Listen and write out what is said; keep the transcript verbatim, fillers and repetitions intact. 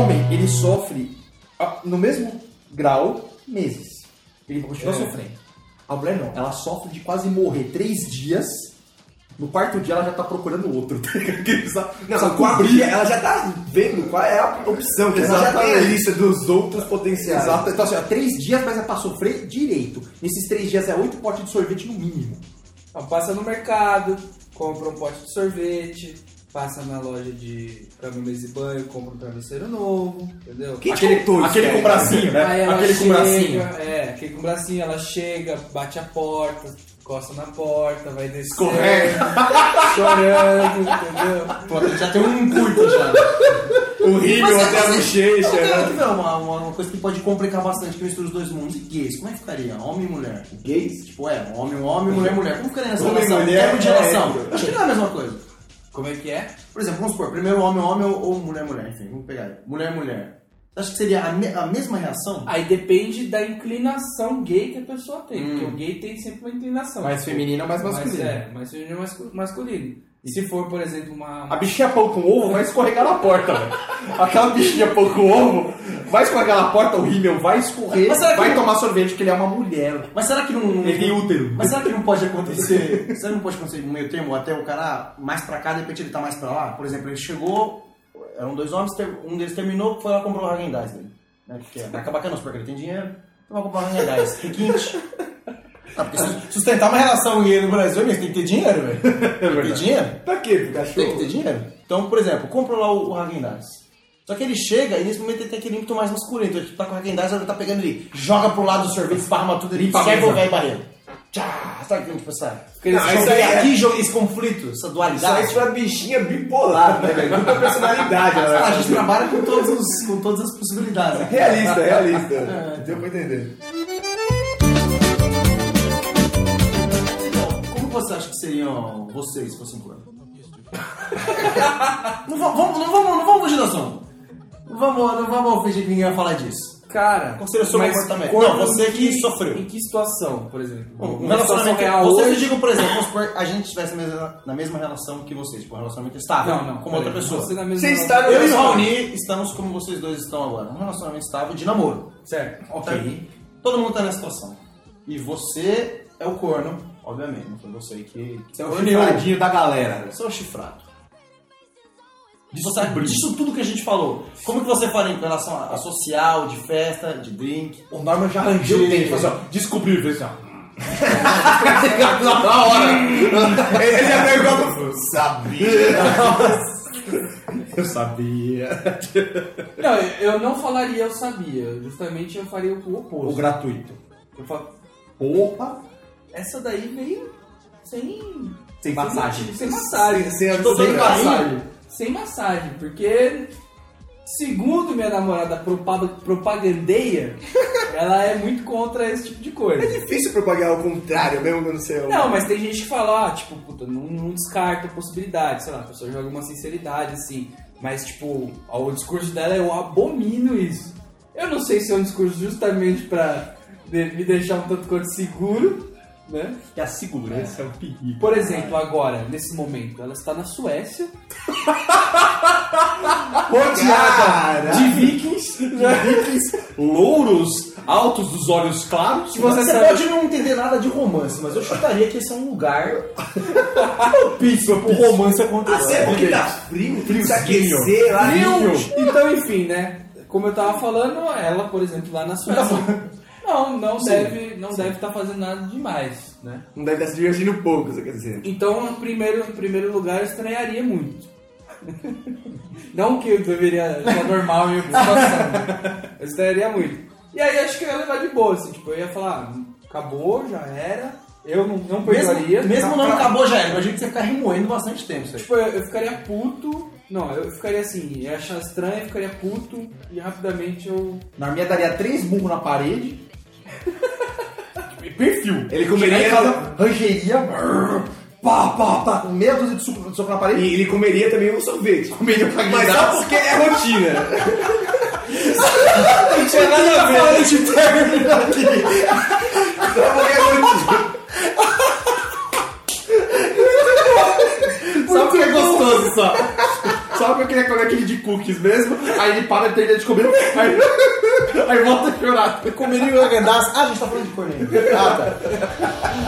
homem, ele sofre no mesmo grau meses. Ele continua é. sofrendo. A mulher não, ela sofre de quase morrer três dias. No quarto dia ela já tá procurando outro. Não, no quarto dia ela já tá vendo qual é a opção. Que ela já tem a lista dos outros potenciais. Exato. Então assim, ó, três dias, mas é pra sofrer direito. Nesses três dias é oito potes de sorvete no mínimo. Então, passa no mercado, compra um pote de sorvete, passa na loja de cama, mesa e banho, compra um travesseiro novo, entendeu? Que aquele todos, aquele com bracinho, né? Aí ela aquele chega, com bracinho. É, aquele com bracinho, ela chega, bate a porta, encosta na porta, vai descer. Escorrega. Chorando, entendeu? Pô, já tem um curto já. O rímel até a bochecha. Né? Uma, uma coisa que pode complicar bastante, que mistura os dois mundos. E gays, como é que ficaria? Homem e mulher. Gays? Tipo, é, homem, homem, mulher, mulher. Como ficaria nessa Homem, relação? mulher, Termo de é, relação. é, Acho que não é a mesma coisa. Como é que é? Por exemplo, vamos supor, primeiro homem, homem ou, ou mulher, mulher. Enfim, vamos pegar. Mulher, mulher. Você acha que seria a, me, a mesma reação? Aí depende da inclinação gay que a pessoa tem. Hum. Porque o gay tem sempre uma inclinação. Mais feminino ou mais masculino? Mais, é, mais feminino ou mais masculino. E se for, por exemplo, uma... A bichinha pão com ovo vai escorregar na porta, velho. Aquela bichinha pão com ovo vai escorregar na porta, o rímel vai escorrer, vai não... tomar sorvete porque ele é uma mulher. Mas será que não... Ele tem útero. Mas será que não pode acontecer... será que não pode acontecer no meio termo? Até o cara mais pra cá, de repente ele tá mais pra lá? Por exemplo, ele chegou, eram dois homens, um deles terminou, foi lá e comprou o Häagen-Dazs dele. Né? Porque vai acabar com a nossa, porque ele tem dinheiro, então vai comprar o Häagen-Dazs. Requinte. Ah, porque sustentar uma relação gay no Brasil, você tem que ter dinheiro, velho. Tem que ter dinheiro? Pra quê? Cachorro? Tem que ter dinheiro. Então, por exemplo, compra lá o, o Häagen-Dazs. Só que ele chega e nesse momento ele tem aquele ímpeto mais masculino. Então ele tá com o Häagen-Dazs, ele tá pegando ele, joga pro lado do sorvete, esparma tudo, ele serve o velho barreiro. Tchá, sabe o que tipo, sabe? Não, Esse isso aí é... aqui, jogo, esse conflito, essa Isso dualidade. aí é uma bichinha bipolar, né, velho? Muita personalidade. Ah, Ela a gente trabalha com, todos os, com todas as possibilidades. Né? Realista, realista. É. Deu pra entender. Como você acha que seriam vocês se fossem corno? não, vamos, não, vamos, não vamos fugir do assunto. Não vamos, não vamos fingir que ninguém vai falar disso. Cara, qual seria o seu comportamento? Não, você que, que sofreu. Em que situação, por exemplo? Um relacionamento real. Vocês hoje... digam, por exemplo, vamos supor a gente estivesse na mesma relação que vocês, tipo, um relacionamento estável. Não, não. Com outra pessoa. Você, na mesma você está eu e o Raoni estamos como vocês dois estão agora. Um relacionamento estável de namoro. Certo. Ok. Certo? Todo mundo está nessa situação. E você é o corno, obviamente. Não foi você que. Você é o chifradinho da galera. Você é o chifrado. Disso, disso tudo que a gente falou. Como que você faria em relação a, a social, de festa, de drink? O Norman já arranjou o tempo. Assim, ó, descobriu, fez assim, ó. Na hora. Ele já pegou. Eu sabia. Eu sabia. Não, eu não falaria eu sabia. Justamente eu faria o oposto. O gratuito. Eu falo, porra, essa daí veio sem... Sem massagem. Sem massagem. Sem, sem, sem, sem massagem. Sem massagem, porque... Segundo minha namorada propagandeia, ela é muito contra esse tipo de coisa. É difícil propagar ao contrário, mesmo quando você... Não, mas tem gente que fala, ah, tipo, puta, não, não descarta a possibilidade, sei lá, a pessoa joga uma sinceridade, assim. Mas, tipo, o discurso dela, eu abomino isso. Eu não sei se é um discurso justamente pra me deixar um tanto quanto seguro, né? E a segurança é um perigo. Por exemplo, agora, nesse momento, ela está na Suécia, rodeada de vikings, de vikings, louros, altos dos olhos claros. Se você, você sabe... pode não entender nada de romance, mas eu chutaria que esse é um lugar propício pro romance acontecer. Até porque tá frio, frio, se aquecer lá. Então, enfim, né? Como eu tava falando, ela, por exemplo, lá na Suécia... Não, não sim, deve não sim. deve estar tá fazendo nada demais, né? Não deve estar se divertindo pouco, você quer dizer. Então, em primeiro, em primeiro lugar, eu estranharia muito. Não que eu deveria ser normal em alguma situação. Eu estranharia muito. E aí, acho que eu ia levar de boa, assim. Tipo, eu ia falar, acabou, já era. Eu não, não perdoaria. Mesmo, mesmo não pra... acabou, já era. Imagina que você ficar remoendo bastante tempo. Sabe? Tipo, eu, eu ficaria puto... Não, eu ficaria assim, ia achar estranho, eu ficaria puto e rapidamente eu... Na minha daria três burros na parede. Perfil. Ele comeria... Rangeria. Pá, pá, pá. Com meia dúzia de soco, de soco na parede. E ele comeria também um sorvete. Comeria pra Mas só porque é rotina. Não tinha nada a ver. A gente termina aqui. Só porque é rotina. Só porque é gostoso, só. Só porque eu queria comer aquele de cookies mesmo. Aí ele para de ter de comer. Aí, aí volta a chorar. Eu comeria o Häagen-Dazs. Ah, a gente tá falando de corneiro. Ah, tá.